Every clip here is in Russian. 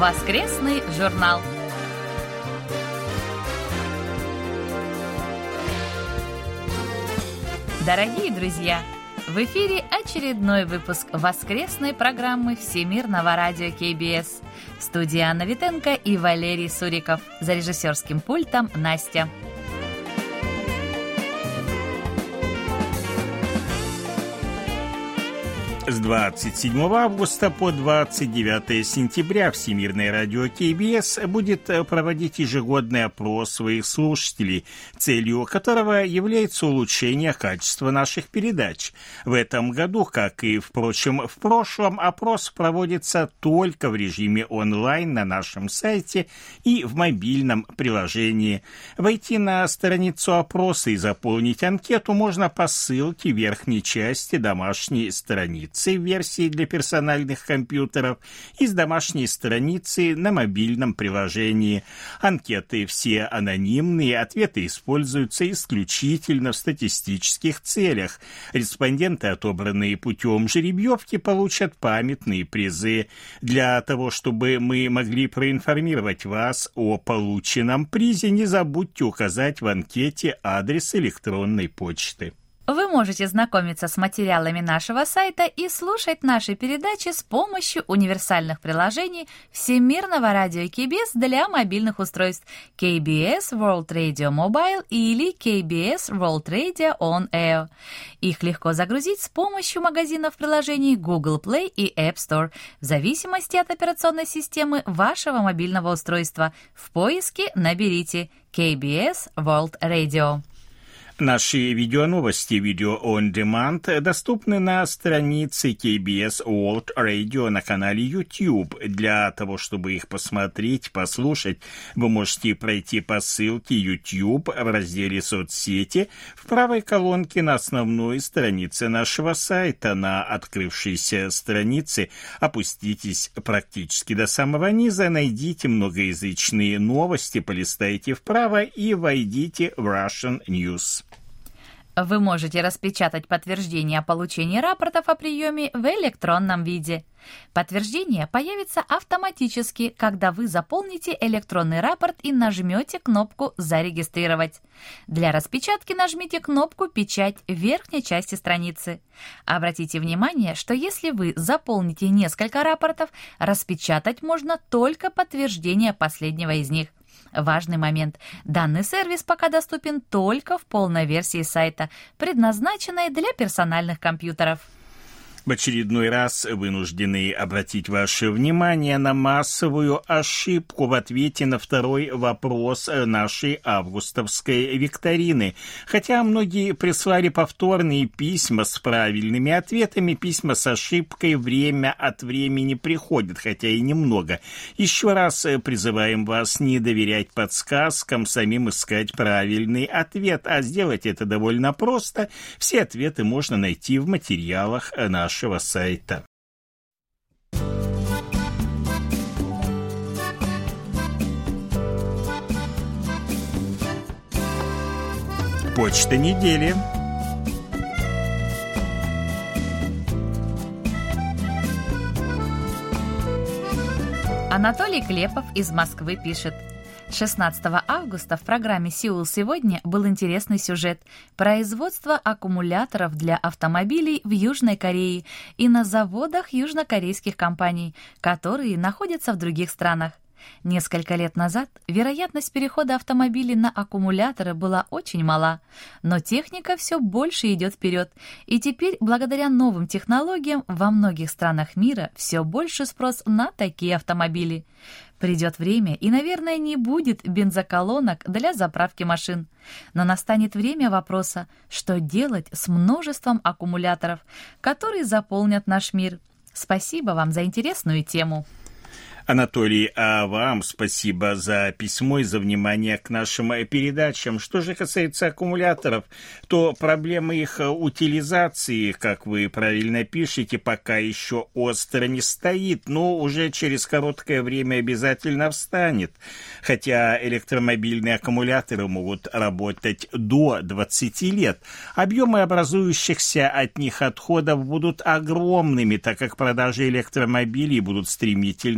Воскресный журнал. Дорогие друзья, в эфире очередной выпуск воскресной программы Всемирного радио КБС. В студии Анна Витенко и Валерий Суриков. За режиссерским пультом Настя. С 27 августа по 29 сентября Всемирное радио КБС будет проводить ежегодный опрос своих слушателей, целью которого является улучшение качества наших передач. В этом году, как и, впрочем, в прошлом, опрос проводится только в режиме онлайн на нашем сайте и в мобильном приложении. Войти на страницу опроса и заполнить анкету можно по ссылке в верхней части домашней страницы в версии для персональных компьютеров и с домашней страницы на мобильном приложении. Анкеты все анонимные, ответы используются исключительно в статистических целях. Респонденты, отобранные путем жеребьевки, получат памятные призы. Для того, чтобы мы могли проинформировать вас о полученном призе, не забудьте указать в анкете адрес электронной почты. Вы можете знакомиться с материалами нашего сайта и слушать наши передачи с помощью универсальных приложений Всемирного радио КБС для мобильных устройств KBS World Radio Mobile или KBS World Radio On Air. Их легко загрузить с помощью магазинов приложений Google Play и App Store в зависимости от операционной системы вашего мобильного устройства. В поиске наберите KBS World Radio. Наши видеоновости «Видео on Demand» доступны на странице KBS World Radio на канале YouTube. Для того, чтобы их посмотреть, послушать, вы можете пройти по ссылке YouTube в разделе «Соцсети» в правой колонке на основной странице нашего сайта. На открывшейся странице опуститесь практически до самого низа, найдите многоязычные новости, полистайте вправо и войдите в Russian News. Вы можете распечатать подтверждение о получении рапортов о приеме в электронном виде. Подтверждение появится автоматически, когда вы заполните электронный рапорт и нажмете кнопку «Зарегистрировать». Для распечатки нажмите кнопку «Печать» в верхней части страницы. Обратите внимание, что если вы заполните несколько рапортов, распечатать можно только подтверждение последнего из них. Важный момент. Данный сервис пока доступен только в полной версии сайта, предназначенной для персональных компьютеров. В очередной раз вынуждены обратить ваше внимание на массовую ошибку в ответе на второй вопрос нашей августовской викторины. Хотя многие прислали повторные письма с правильными ответами, письма с ошибкой время от времени приходят, хотя и немного. Еще раз призываем вас не доверять подсказкам, самим искать правильный ответ, а сделать это довольно просто. Все ответы можно найти в материалах нашего сайта. Почта недели. Анатолий Клепов из Москвы пишет: 16 августа в программе «Сеул сегодня» был интересный сюжет «Производство аккумуляторов для автомобилей в Южной Корее и на заводах южнокорейских компаний, которые находятся в других странах. Несколько лет назад вероятность перехода автомобилей на аккумуляторы была очень мала, но техника все больше идет вперед, и теперь, благодаря новым технологиям, во многих странах мира все больше спрос на такие автомобили. Придет время, и, наверное, не будет бензоколонок для заправки машин. Но настанет время вопроса, что делать с множеством аккумуляторов, которые заполнят наш мир. Спасибо вам за интересную тему. Анатолий, а вам спасибо за письмо и за внимание к нашим передачам. Что же касается аккумуляторов, то проблема их утилизации, как вы правильно пишете, пока еще остро не стоит, но уже через короткое время обязательно встанет. Хотя электромобильные аккумуляторы могут работать до 20 лет, объемы образующихся от них отходов будут огромными, так как продажи электромобилей будут стремительно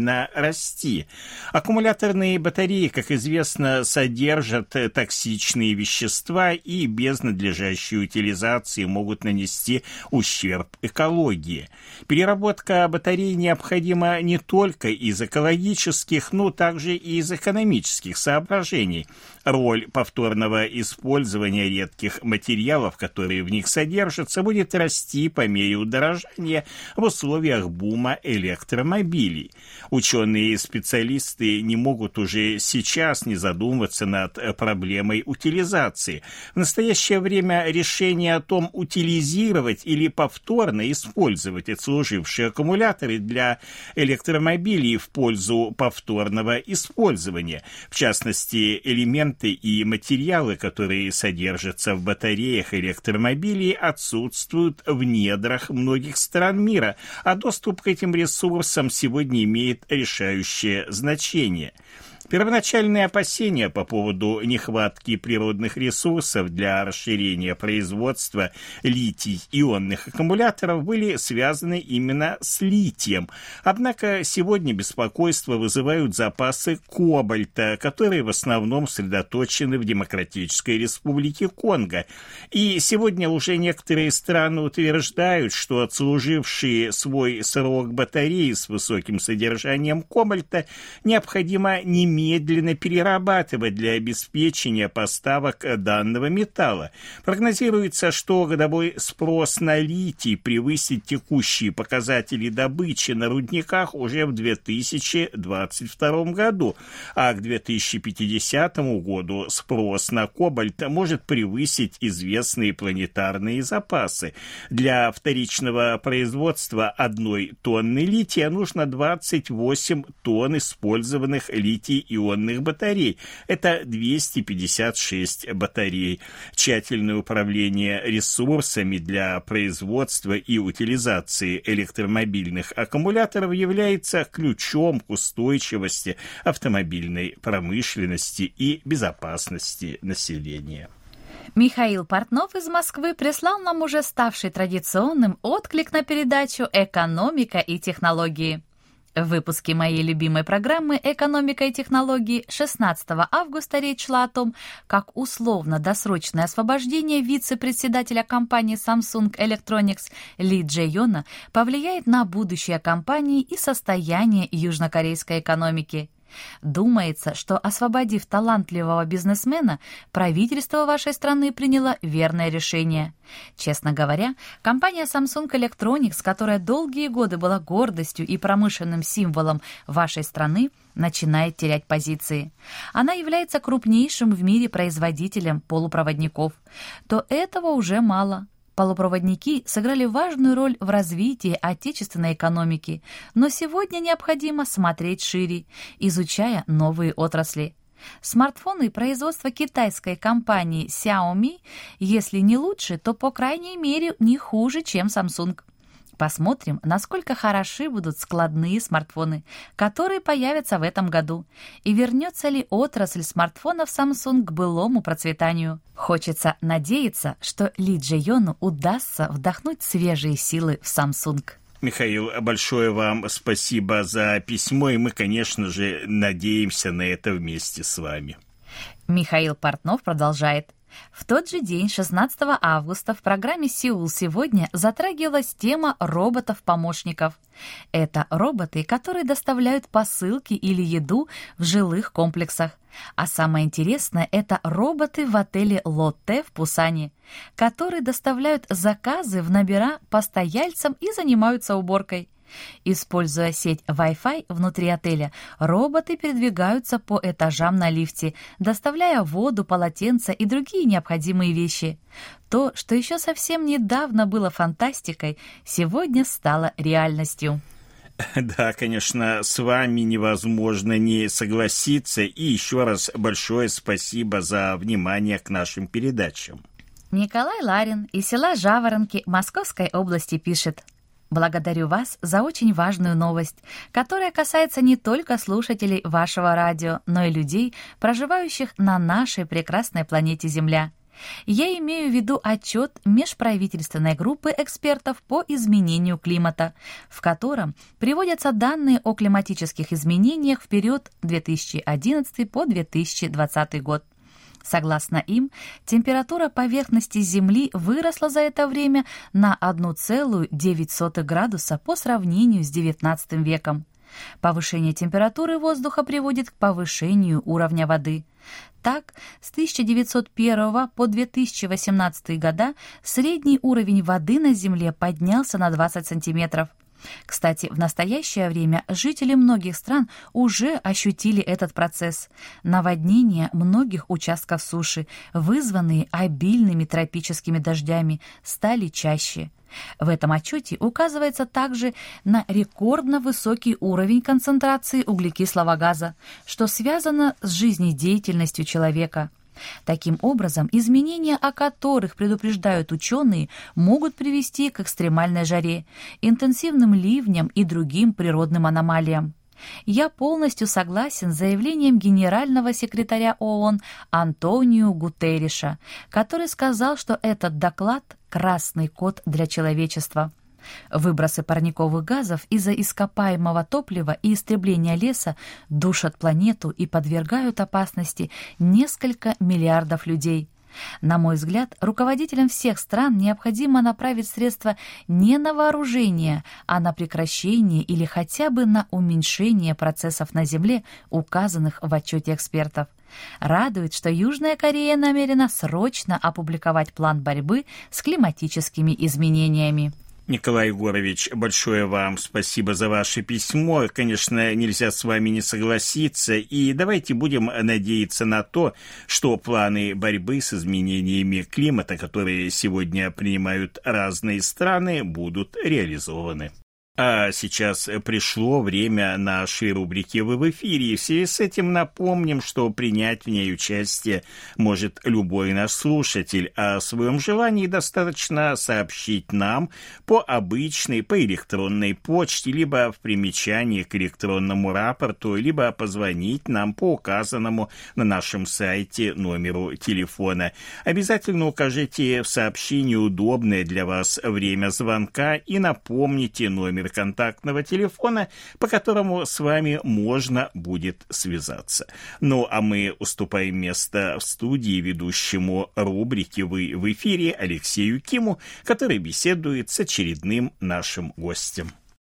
расти. Аккумуляторные батареи, как известно, содержат токсичные вещества и без надлежащей утилизации могут нанести ущерб экологии. Переработка батарей необходима не только из экологических, но также и из экономических соображений. Роль повторного использования редких материалов, которые в них содержатся, будет расти по мере удорожания в условиях бума электромобилей. Ученые и специалисты не могут уже сейчас не задумываться над проблемой утилизации. В настоящее время решение о том, утилизировать или повторно использовать отслужившие аккумуляторы для электромобилей в пользу повторного использования. В частности, элементы и материалы, которые содержатся в батареях электромобилей, отсутствуют в недрах многих стран мира, а доступ к этим ресурсам сегодня имеет решающее значение. Первоначальные опасения по поводу нехватки природных ресурсов для расширения производства литий-ионных аккумуляторов были связаны именно с литием. Однако сегодня беспокойство вызывают запасы кобальта, которые в основном сосредоточены в Демократической Республике Конго. И сегодня уже некоторые страны утверждают, что отслужившие свой срок батареи с высоким содержанием кобальта необходимо немедленно перерабатывать для обеспечения поставок данного металла. Прогнозируется, что годовой спрос на литий превысит текущие показатели добычи на рудниках уже в 2022 году, а к 2050 году спрос на кобальт может превысить известные планетарные запасы. Для вторичного производства 1 тонны лития нужно 28 тонн использованных литий-ионных батарей. Это 256 батарей. Тщательное управление ресурсами для производства и утилизации электромобильных аккумуляторов является ключом к устойчивости автомобильной промышленности и безопасности населения. Михаил Портнов из Москвы прислал нам уже ставший традиционным отклик на передачу «Экономика и технологии». В выпуске моей любимой программы «Экономика и технологии» 16 августа речь шла о том, как условно-досрочное освобождение вице-председателя компании Samsung Electronics Ли Джэ Йона повлияет на будущее компании и состояние южнокорейской экономики. Думается, что, освободив талантливого бизнесмена, правительство вашей страны приняло верное решение. Честно говоря, компания Samsung Electronics, которая долгие годы была гордостью и промышленным символом вашей страны, начинает терять позиции. Она является крупнейшим в мире производителем полупроводников. То этого уже мало. Полупроводники сыграли важную роль в развитии отечественной экономики, но сегодня необходимо смотреть шире, изучая новые отрасли. Смартфоны производства китайской компании Xiaomi, если не лучше, то по крайней мере не хуже, чем Samsung. Посмотрим, насколько хороши будут складные смартфоны, которые появятся в этом году, и вернется ли отрасль смартфонов Samsung к былому процветанию. Хочется надеяться, что Ли Джэ Йону удастся вдохнуть свежие силы в Samsung. Михаил, большое вам спасибо за письмо, и мы, конечно же, надеемся на это вместе с вами. Михаил Портнов продолжает. В тот же день, 16 августа, в программе «Сеул сегодня» затрагивалась тема роботов-помощников. Это роботы, которые доставляют посылки или еду в жилых комплексах. А самое интересное – это роботы в отеле «Лотте» в Пусане, которые доставляют заказы в номера постояльцам и занимаются уборкой. Используя сеть Wi-Fi внутри отеля, роботы передвигаются по этажам на лифте, доставляя воду, полотенца и другие необходимые вещи. То, что еще совсем недавно было фантастикой, сегодня стало реальностью. Да, конечно, с вами невозможно не согласиться. И еще раз большое спасибо за внимание к нашим передачам. Николай Ларин из села Жаворонки Московской области пишет. Благодарю вас за очень важную новость, которая касается не только слушателей вашего радио, но и людей, проживающих на нашей прекрасной планете Земля. Я имею в виду отчет межправительственной группы экспертов по изменению климата, в котором приводятся данные о климатических изменениях в период 2011 по 2020 год. Согласно им, температура поверхности Земли выросла за это время на 1,9 градуса по сравнению с XIX веком. Повышение температуры воздуха приводит к повышению уровня воды. Так, с 1901 по 2018 года средний уровень воды на Земле поднялся на 20 сантиметров. Кстати, в настоящее время жители многих стран уже ощутили этот процесс. Наводнения многих участков суши, вызванные обильными тропическими дождями, стали чаще. В этом отчете указывается также на рекордно высокий уровень концентрации углекислого газа, что связано с жизнедеятельностью человека. Таким образом, изменения, о которых предупреждают ученые, могут привести к экстремальной жаре, интенсивным ливням и другим природным аномалиям. Я полностью согласен с заявлением генерального секретаря ООН Антонио Гутерриша, который сказал, что этот доклад – красный код для человечества. Выбросы парниковых газов из-за ископаемого топлива и истребления леса душат планету и подвергают опасности несколько миллиардов людей. На мой взгляд, руководителям всех стран необходимо направить средства не на вооружение, а на прекращение или хотя бы на уменьшение процессов на Земле, указанных в отчете экспертов. Радует, что Южная Корея намерена срочно опубликовать план борьбы с климатическими изменениями. Николай Егорович, большое вам спасибо за ваше письмо. Конечно, нельзя с вами не согласиться. И давайте будем надеяться на то, что планы борьбы с изменениями климата, которые сегодня принимают разные страны, будут реализованы. А сейчас пришло время нашей рубрики «Вы в эфире». И в связи с этим напомним, что принять в ней участие может любой наш слушатель. А о своем желании достаточно сообщить нам по обычной, по электронной почте, либо в примечании к электронному рапорту, либо позвонить нам по указанному на нашем сайте номеру телефона. Обязательно укажите в сообщении удобное для вас время звонка и напомните номер контактного телефона, по которому с вами можно будет связаться. Ну, а мы уступаем место в студии ведущему рубрики «Вы в эфире» Алексею Киму, который беседует с очередным нашим гостем.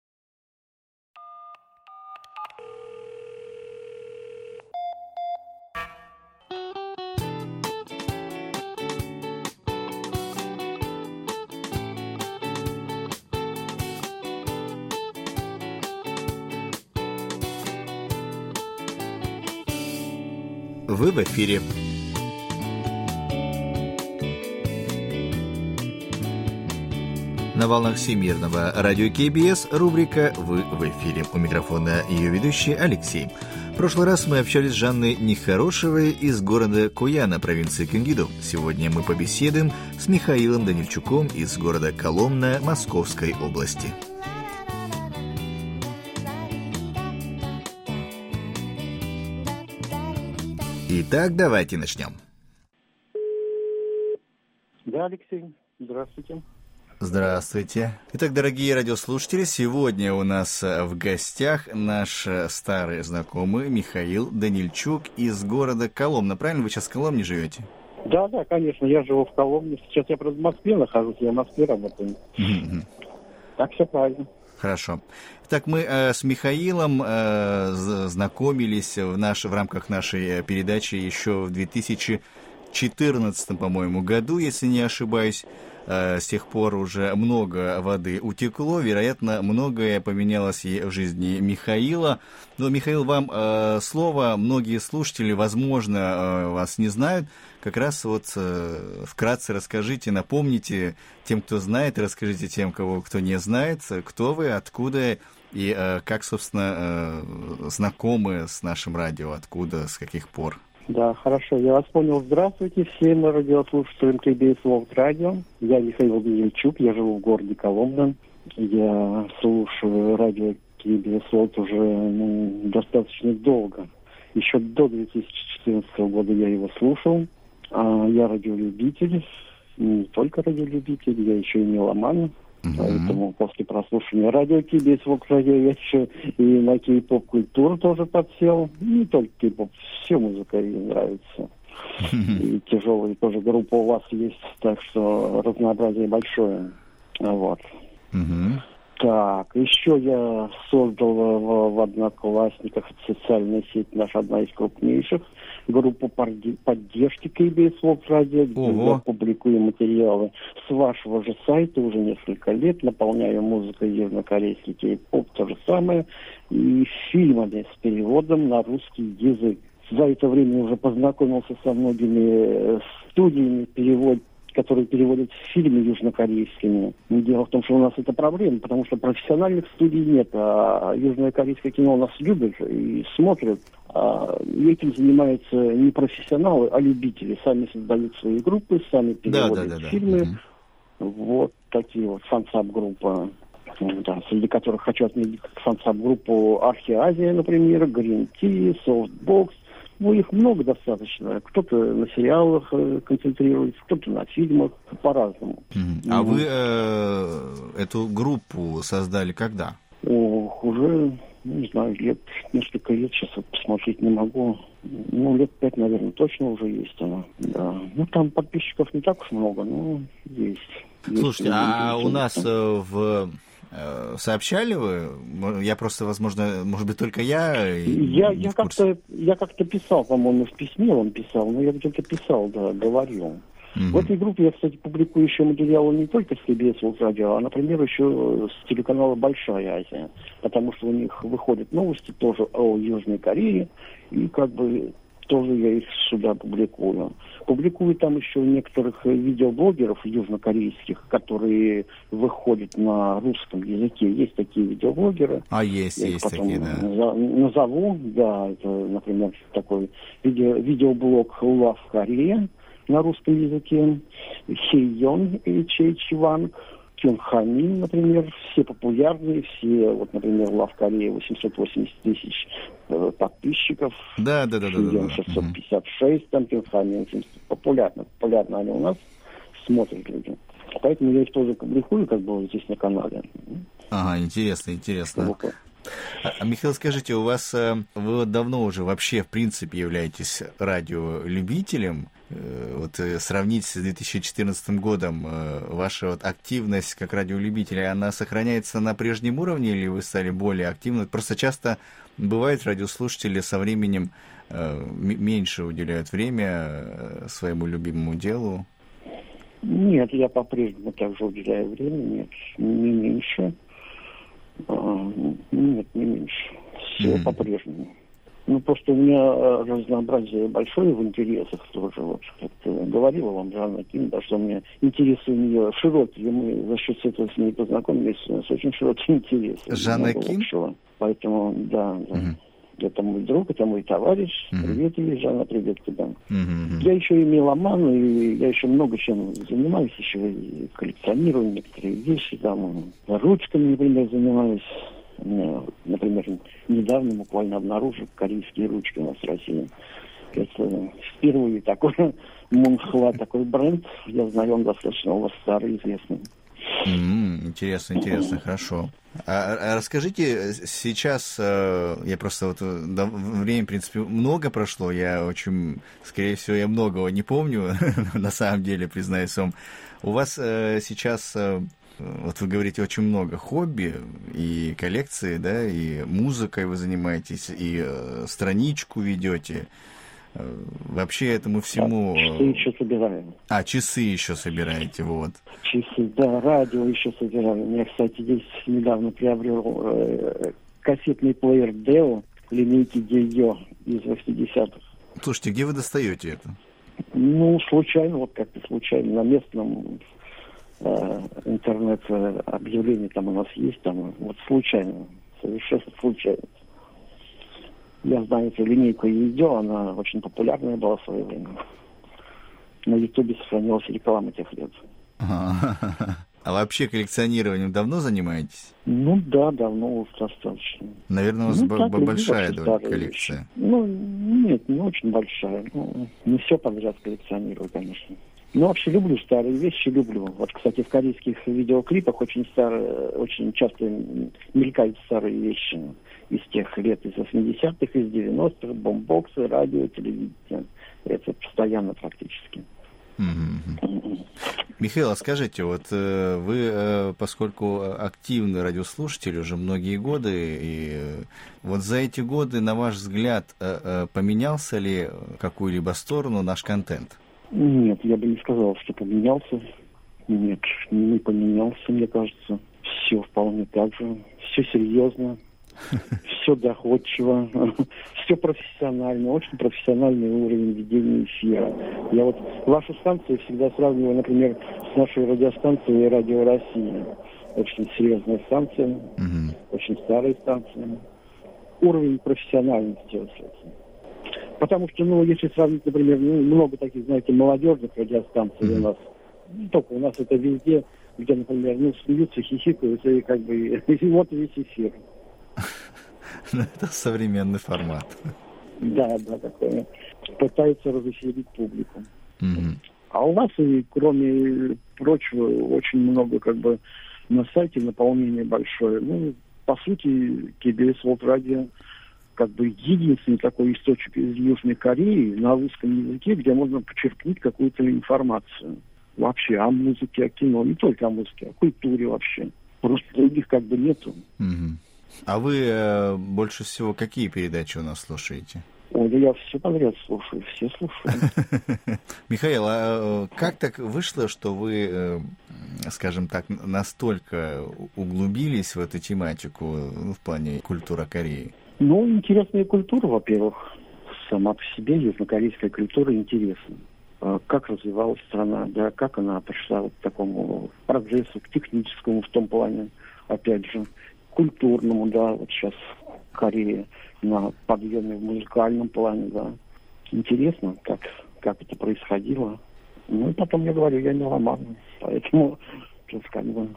Вы в эфире. На волнах Всемирного радио КБС рубрика «Вы в эфире». У микрофона ее ведущий Алексей. В прошлый раз мы общались с Жанной Нехорошевой из города Кояна, провинции Кынгидо. Сегодня мы побеседуем с Михаилом Данильчуком из города Коломна Московской области. Итак, давайте начнем. Да, Алексей, здравствуйте. Здравствуйте. Итак, дорогие радиослушатели, сегодня у нас в гостях наш старый знакомый Михаил Данильчук из города Коломна. Правильно, вы сейчас в Коломне живете? Да, конечно, я живу в Коломне. Сейчас я, правда, в Москве нахожусь, я в Москве работаю. Так все правильно. Хорошо. Итак, мы с Михаилом знакомились в рамках нашей передачи еще в 2014, по-моему, году, если не ошибаюсь. С тех пор уже много воды утекло, вероятно, многое поменялось и в жизни Михаила. Но, Михаил, вам слово. Многие слушатели, возможно, вас не знают. Как раз вот вкратце расскажите, напомните тем, кто знает, расскажите тем, кто не знает, кто вы, откуда и как, собственно, знакомы с нашим радио, откуда, с каких пор. Да, хорошо, я вас понял. Здравствуйте всем радиослушателям КБС World Radio. Я Михаил Данильчук, я живу в городе Коломна. Я слушаю радио КБС World уже достаточно долго. Еще до 2014 года я его слушал. Я радиолюбитель, не только радиолюбитель, я еще и меломан. Поэтому после прослушивания радио КБС Волк Радио я еще и на кей-поп культуру тоже подсел. Не только кей-поп, все музыка ей нравится. И тяжелая тоже группа у вас есть, так что разнообразие большое. Вот. Так, еще я создал в Одноклассниках социальную сеть, наша одна из крупнейших, группу поддержки КБС Волк Радио, где я публикую материалы с вашего же сайта уже несколько лет, наполняю музыкой южнокорейский кей-поп, то же самое, и фильмами с переводом на русский язык. За это время уже познакомился со многими студиями которые переводят фильмы южнокорейскими. Дело в том, что у нас это проблема, потому что профессиональных студий нет, а южнокорейское кино у нас любят и смотрят. И этим занимаются не профессионалы, а любители. Сами создают свои группы, сами переводят фильмы. Вот такие вот фансаб-группы, среди которых хочу отметить фансаб-группу Архи-Азия, например, Green Tea, Softbox. Их много достаточно. Кто-то на сериалах концентрируется, кто-то на фильмах, по-разному. А вы эту группу создали когда? Уже, не знаю, несколько лет, сейчас вот посмотреть не могу. Лет 5, наверное, точно уже есть она. Да. Там подписчиков не так уж много, но есть. Слушайте, у нас сообщали вы? Я просто, возможно, может быть, только я как-то писал, по-моему, в письме он писал, но я где-то писал, да, говорил. В этой группе я, кстати, публикую еще материалы не только с КБС Волк Радио, а, например, еще с телеканала «Большая Азия», потому что у них выходят новости тоже о Южной Корее, и тоже я их сюда публикую. Публикую там еще некоторых видеоблогеров южнокорейских, которые выходят на русском языке. Есть такие видеоблогеры. Есть такие, да. Назову, да, это, например, такой видеоблог Love Korea на русском языке, Хейон и Чейчи Ванг, Кюн Хамин, например, все популярные, все, например, Love Korea 880 тысяч подписчиков. Да. 656, там Кюн Хамин, популярно они у нас, смотрят люди. Поэтому я их тоже публикую, здесь на канале. Интересно. Михаил, скажите, вы давно уже вообще, в принципе, являетесь радиолюбителем? Сравнить с 2014 годом ваша активность как радиолюбителя, она сохраняется на прежнем уровне или вы стали более активны? Просто часто бывает, радиослушатели со временем меньше уделяют время своему любимому делу. Нет, я по-прежнему также уделяю время, нет, не меньше. Нет, не меньше. Все по-прежнему. Просто у меня разнообразие большое в интересах тоже. Как-то говорила вам Жанна Ким, что у меня интересы у нее широкие. Мы за счет этого с ней познакомились. У нас очень широкие интересы. Жанна Ким? Поэтому, да. Это мой друг, это мой товарищ. Привет, Илья, Жанна, привет тебе. Я еще и меломан, и я еще много чем занимаюсь, еще и коллекционирую некоторые вещи, ручками, например, занимаюсь. Например, недавно буквально обнаружил корейские ручки у нас в России. Это впервые такой Мунхла, такой бренд. Я знаю, он достаточно у вас старый, известный. Интересно, хорошо. А расскажите, сейчас, я просто время, в принципе, много прошло, скорее всего, я многого не помню, на самом деле, признаюсь вам. У вас сейчас, вы говорите, очень много хобби и коллекции, да, и музыкой вы занимаетесь, и страничку ведете. Вообще этому всему... Часы еще собираем. Часы еще собираете, вот. Часы, да, радио еще собираем. Я, кстати, здесь недавно приобрел кассетный плеер Deo линейки Дейо из 80-х. Слушайте, где вы достаете это? Случайно, как-то случайно, на местном интернет-объявлении там у нас есть, случайно, совершенно случайно. Я знаю эту линейку Дейо, она очень популярная была в свое время. На Ютубе сохранилась реклама тех лет. А вообще коллекционированием давно занимаетесь? Да, давно достаточно. Наверное, у вас большая коллекция. Нет, Нет, не очень большая. Ну, не все подряд коллекционирую, конечно. Но вообще люблю старые вещи, люблю. Вот, кстати, в корейских видеоклипах очень часто мелькают старые вещи из тех лет, из 80-х, из 90-х, бомбоксы, радио, телевидение. Это постоянно практически. Михаил, а скажите, вот вы, поскольку активный радиослушатель уже многие годы, и вот за эти годы, на ваш взгляд, поменялся ли в какую-либо сторону наш контент? Нет, я бы не сказал, что поменялся. Нет, не поменялся, мне кажется. Все вполне так же. Все серьезно, все доходчиво, все профессионально, очень профессиональный уровень ведения эфира. Я вот вашу станцию всегда сравниваю, например, с нашей радиостанцией «Радио России». Очень серьезная станция, очень старая станция. Уровень профессиональности. Потому что, если сравнить, например, много таких, знаете, молодежных радиостанций у нас. Не только у нас, это везде, где, например, смеются, хихикают, и как бы, и вот весь эфир. Это современный формат. Да, такое. Пытаются развеселить публику. А у нас, и кроме прочего, очень много, как бы, на сайте наполнение большое. По сути, KBS World Radio как бы единственный такой источник из Южной Кореи на русском языке, где можно почерпнуть какую-то информацию вообще о музыке, о кино, не только о музыке, о культуре вообще. Просто других как бы нету. А вы больше всего какие передачи у нас слушаете? Ой, да я все подряд слушаю, все слушаю. Михаил, а как так вышло, что вы, скажем так, настолько углубились в эту тематику в плане культуры Кореи? Интересная культура, во-первых. Сама по себе южнокорейская культура интересна. Как развивалась страна, да, как она пришла вот к такому прогрессу, к техническому в том плане, опять же, культурному, да, вот сейчас Корея на подъеме в музыкальном плане, да. Интересно, как это происходило. И потом я говорю, я меломан, поэтому тут как бы...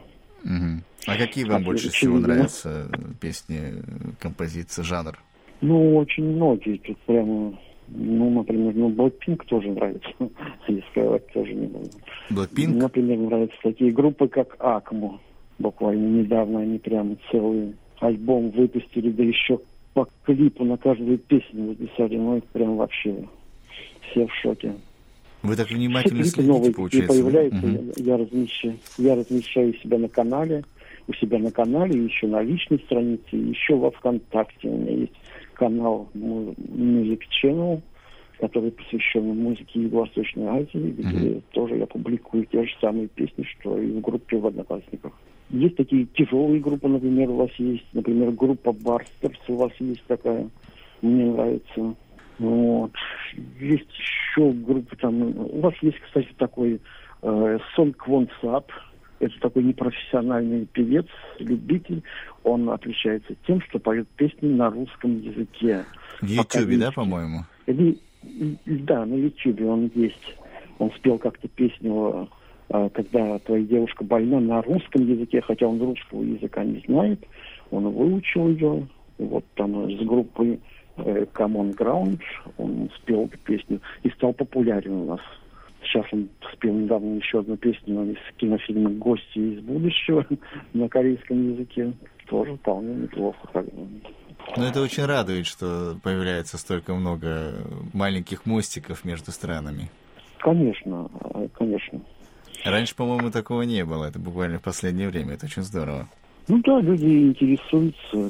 А какие вам больше всего нравятся песни, композиции, жанр? Очень многие. Тут прямо, например, Blackpink тоже нравится, если сказать, тоже не буду. Blackpink? Например, нравятся такие группы, как Акмо. Буквально недавно они прямо целый альбом выпустили, да еще по клипу на каждую песню записали. Это прям вообще все в шоке. Вы так внимательно все следите, получается? Появляются, я размещаю себя на канале, у себя на канале, еще на личной странице, еще во ВКонтакте. У меня есть канал Music Channel, который посвящен музыке Юго-Восточной Азии, где тоже я публикую те же самые песни, что и в группе в Одноклассниках. Есть такие тяжелые группы, например, у вас есть, например, группа Барстерс, у вас есть такая, мне нравится. Есть еще группа там, у вас есть, кстати, такой Сон Квон Сап. Это такой непрофессиональный певец, любитель. Он отличается тем, что поет песни на русском языке. В Ютьюбе, да, по-моему? Да, на Ютьюбе он есть. Он спел как-то песню «Когда твоя девушка больна» на русском языке, хотя он русского языка не знает. Он выучил ее. Вот там с группой Common Ground он спел эту песню и стал популярен у нас. Сейчас он спел недавно еще одну песню из кинофильма «Гости из будущего» на корейском языке. Тоже вполне неплохо. Это очень радует, что появляется столько много маленьких мостиков между странами. Конечно. Раньше, по-моему, такого не было. Это буквально в последнее время. Это очень здорово. Люди интересуются,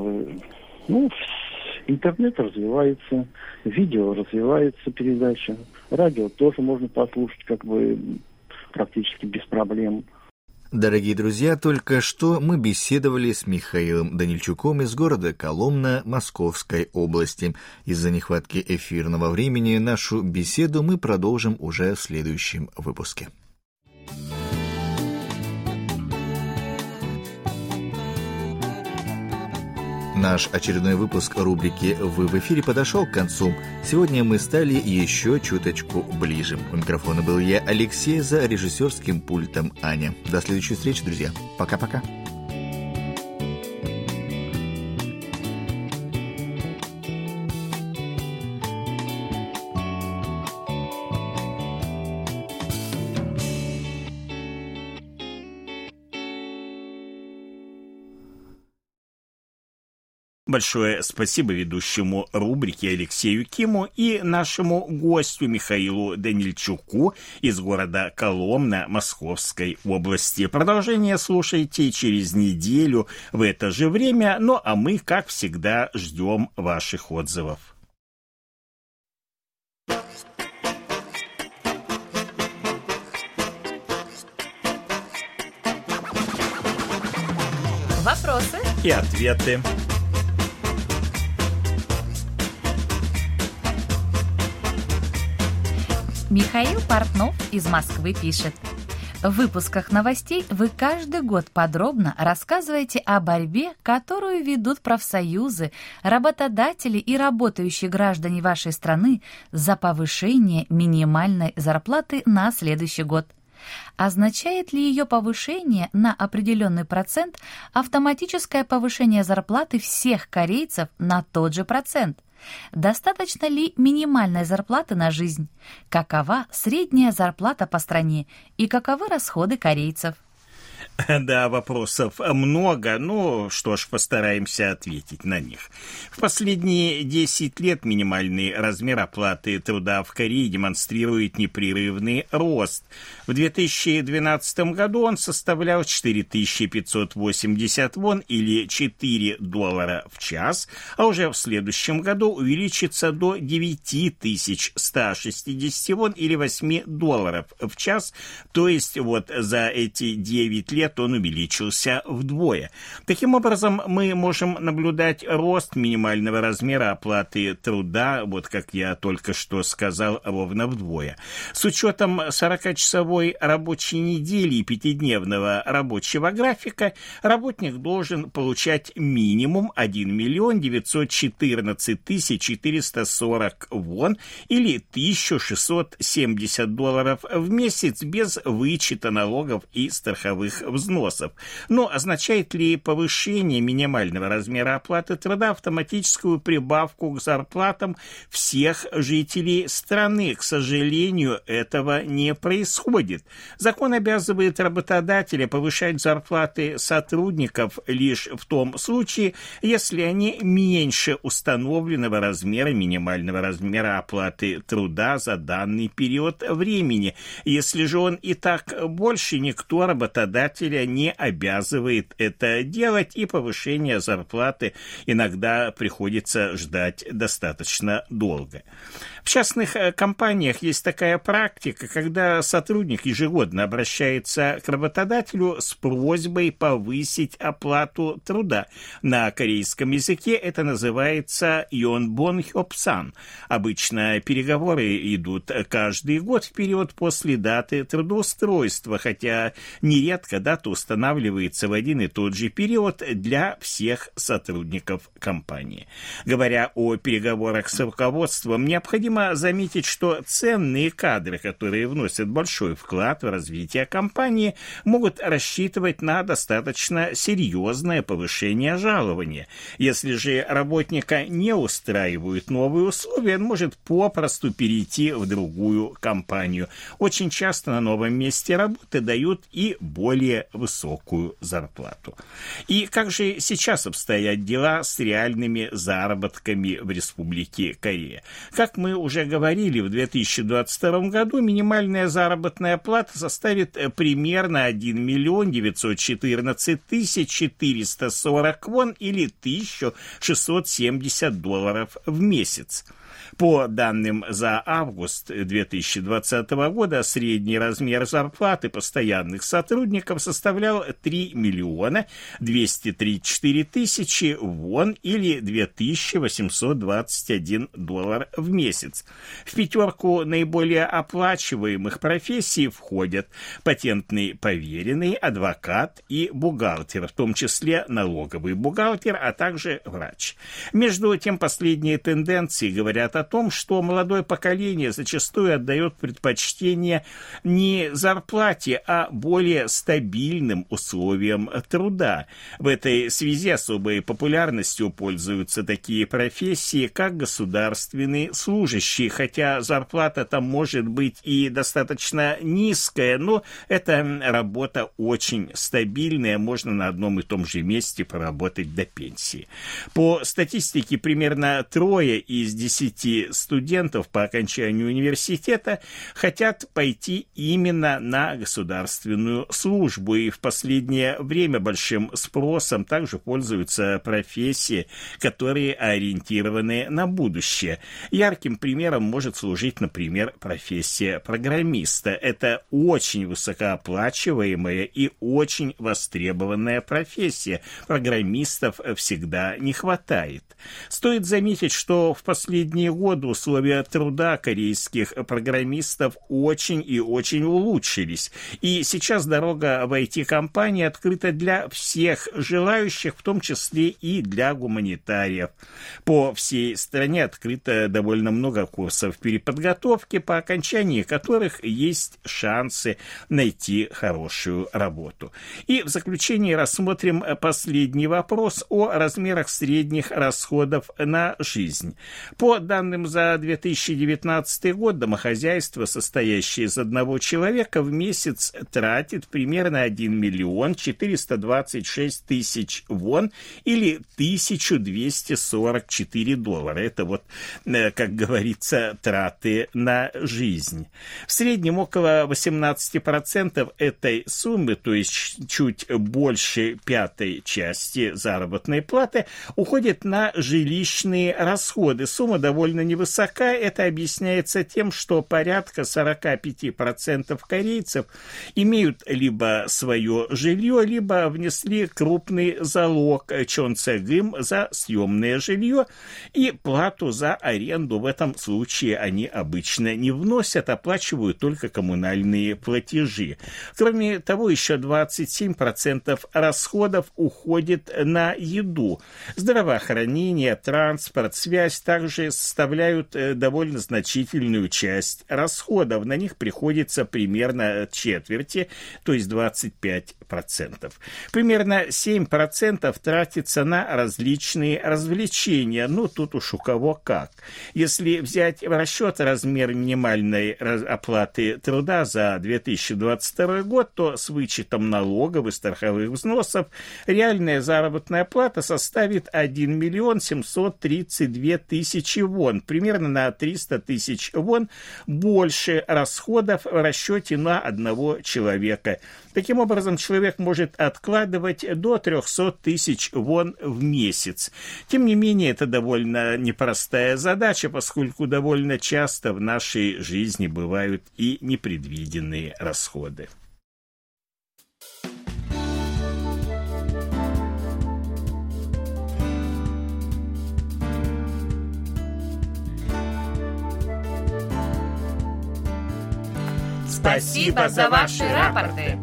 интернет развивается, видео развивается, передача. Радио тоже можно послушать, практически без проблем. Дорогие друзья, только что мы беседовали с Михаилом Данильчуком из города Коломна Московской области. Из-за нехватки эфирного времени нашу беседу мы продолжим уже в следующем выпуске. Наш очередной выпуск рубрики «Вы в эфире» подошел к концу. Сегодня мы стали еще чуточку ближе. У микрофона был я, Алексей, за режиссерским пультом Аня. До следующей встречи, друзья. Пока-пока. Большое спасибо ведущему рубрики Алексею Киму и нашему гостю Михаилу Данильчуку из города Коломна Московской области. Продолжение слушайте через неделю в это же время, ну а мы, как всегда, ждем ваших отзывов. Вопросы и ответы. Михаил Портнов из Москвы пишет. В выпусках новостей вы каждый год подробно рассказываете о борьбе, которую ведут профсоюзы, работодатели и работающие граждане вашей страны за повышение минимальной зарплаты на следующий год. Означает ли ее повышение на определенный процент автоматическое повышение зарплаты всех корейцев на тот же процент? Достаточно ли минимальной зарплаты на жизнь? Какова средняя зарплата по стране и каковы расходы корейцев? Да, вопросов много, но что ж, постараемся ответить на них. В последние 10 лет минимальный размер оплаты труда в Корее демонстрирует непрерывный рост. В 2012 году он составлял 4580 вон или $4 в час, а уже в следующем году увеличится до 9160 вон или $8 в час, то есть вот за эти 9 лет он увеличился вдвое. Таким образом, мы можем наблюдать рост минимального размера оплаты труда, вот как я только что сказал, ровно вдвое. С учетом 40-часовой рабочей недели и 5-дневного рабочего графика, работник должен получать минимум 1 914 440 вон или $1670 в месяц без вычета налогов и страховых взносов. Но означает ли повышение минимального размера оплаты труда автоматическую прибавку к зарплатам всех жителей страны? К сожалению, этого не происходит. Закон обязывает работодателя повышать зарплаты сотрудников лишь в том случае, если они меньше установленного размера минимального размера оплаты труда за данный период времени. Если же он и так больше, никто работодателя не обязывает это делать, и повышение зарплаты иногда приходится ждать достаточно долго. В частных компаниях есть такая практика, когда сотрудник ежегодно обращается к работодателю с просьбой повысить оплату труда. На корейском языке это называется «йонбон хёпсан». Обычно переговоры идут каждый год в период после даты трудоустройства, хотя нередко дата устанавливается в один и тот же период для всех сотрудников компании. Говоря о переговорах с руководством, необходимо заметить, что ценные кадры, которые вносят большой вклад в развитие компании, могут рассчитывать на достаточно серьезное повышение жалования. Если же работника не устраивают новые условия, он может попросту перейти в другую компанию. Очень часто на новом месте работы дают и более высокую зарплату. И как же сейчас обстоят дела с реальными заработками в Республике Корея? Как мы уже говорили, в 2022 году минимальная заработная плата составит примерно 1 914 440 вон или $1670 в месяц. По данным за август 2020 года, средний размер зарплаты постоянных сотрудников составлял 3 234 тысячи вон или $2821 в месяц. В пятерку наиболее оплачиваемых профессий входят патентный поверенный, адвокат и бухгалтер, в том числе налоговый бухгалтер, а также врач. Между тем, последние тенденции говорят говорят о том, что молодое поколение зачастую отдает предпочтение не зарплате, а более стабильным условиям труда. В этой связи особой популярностью пользуются такие профессии, как государственные служащие, хотя зарплата там может быть и достаточно низкая, но эта работа очень стабильная, можно на одном и том же месте поработать до пенсии. По статистике, примерно 3 из 10 студентов по окончанию университета хотят пойти именно на государственную службу, и в последнее время большим спросом также пользуются профессии, которые ориентированы на будущее. Ярким примером может служить, например, профессия программиста. Это очень высокооплачиваемая и очень востребованная профессия. Программистов всегда не хватает. Стоит заметить, что в последние годы условия труда корейских программистов очень и очень улучшились. И сейчас дорога в IT-компании открыта для всех желающих, в том числе и для гуманитариев. По всей стране открыто довольно много курсов переподготовки, по окончании которых есть шансы найти хорошую работу. И в заключении рассмотрим последний вопрос о размерах средних расходов на жизнь. По данным за 2019 год, домохозяйство, состоящее из одного человека, в месяц тратит примерно 1 миллион 426 тысяч вон или $1244. Это вот, как говорится, траты на жизнь. В среднем около 18% этой суммы, то есть чуть больше 1/5 части заработной платы, уходит на жилищные расходы. Сумма довольно невысока. Это объясняется тем, что порядка 45% корейцев имеют либо свое жилье, либо внесли крупный залог чонцэгым за съемное жилье, и плату за аренду в этом случае они обычно не вносят, оплачивают только коммунальные платежи. Кроме того, еще 27% расходов уходит на еду. Здравоохранение, транспорт, связь также составляют довольно значительную часть расходов. На них приходится примерно четверти, то есть 25%. Примерно 7% тратится на различные развлечения. Ну, тут уж у кого как. Если взять в расчет размер минимальной оплаты труда за 2022 год, то с вычетом налогов и страховых взносов реальная заработная плата составит 1 миллион 732 тысячи вон, примерно на 300 тысяч вон больше расходов в расчете на одного человека. Таким образом, человек может откладывать до 300 тысяч вон в месяц. Тем не менее, это довольно непростая задача, поскольку довольно часто в нашей жизни бывают и непредвиденные расходы. Спасибо за ваши рапорты.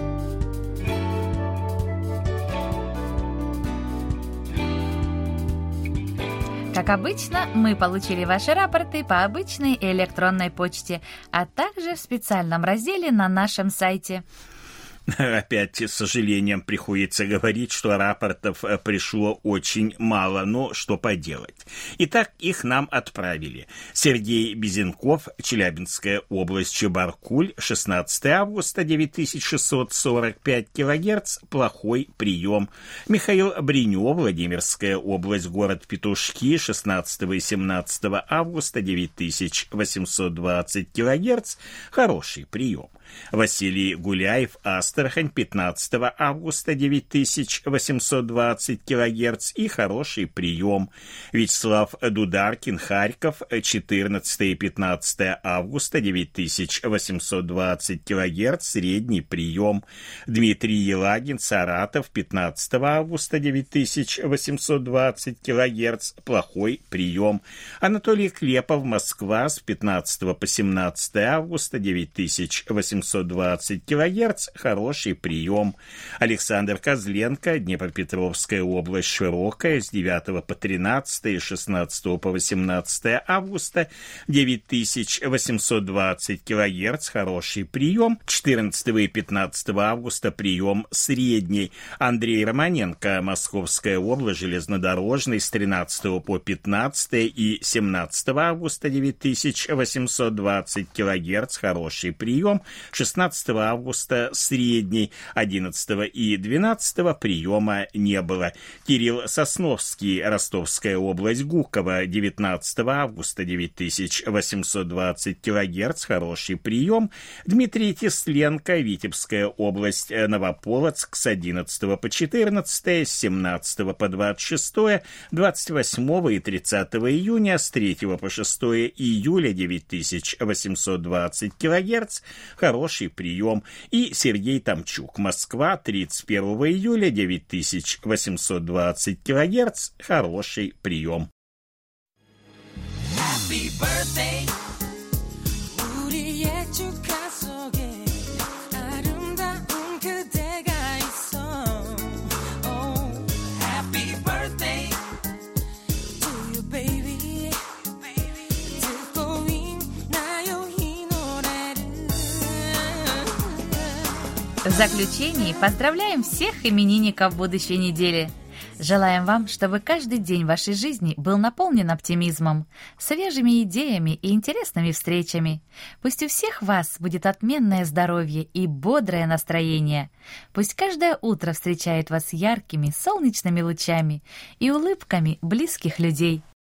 Как обычно, мы получили ваши рапорты по обычной электронной почте, а также в специальном разделе на нашем сайте. Опять с сожалением приходится говорить, что рапортов пришло очень мало, но что поделать. Итак, их нам отправили. Сергей Безенков, Челябинская область, Чебаркуль, 16 августа, 9645 килогерц, плохой прием. Михаил Бринев, Владимирская область, город Петушки, 16 и 17 августа, 9820 килогерц, хороший прием. Василий Гуляев, Астрахань, 15 августа, 9820 килогерц и хороший прием. Вячеслав Дударкин, Харьков, 14 и 15 августа, 9820 килогерц, средний прием. Дмитрий Елагин, Саратов, 15 августа, 9820 килогерц, плохой прием. Анатолий Клепов, Москва, с 15 по 17 августа, 9820 килогерц, хороший хороший прием. Александр Козленко, Днепропетровская область, Широкая, с 9 по 13 и 16 по 18 августа, 9820 кГц, хороший прием. 14 и 15 августа прием средний. Андрей Романенко, Московская область, железнодорожный, с 13 по 15 и 17 августа, 9820 кГц, хороший прием. 16 августа средний. 11 и 12 приема не было. Кирилл Сосновский, Ростовская область, Гуково, 19 августа, 9820 кГц, хороший прием. Дмитрий Тесленко, Витебская область, Новополоцк, с 11 по 14, с 17 по 26, 28 и 30 июня, с 3 по 6 июля, 9820 кГц, хороший прием. И Сергей Тамчук, Москва, 31 июля, 9820 кГц, хороший прием. Happy birthday. В заключении поздравляем всех именинников будущей недели. Желаем вам, чтобы каждый день вашей жизни был наполнен оптимизмом, свежими идеями и интересными встречами. Пусть у всех вас будет отменное здоровье и бодрое настроение. Пусть каждое утро встречает вас яркими солнечными лучами и улыбками близких людей.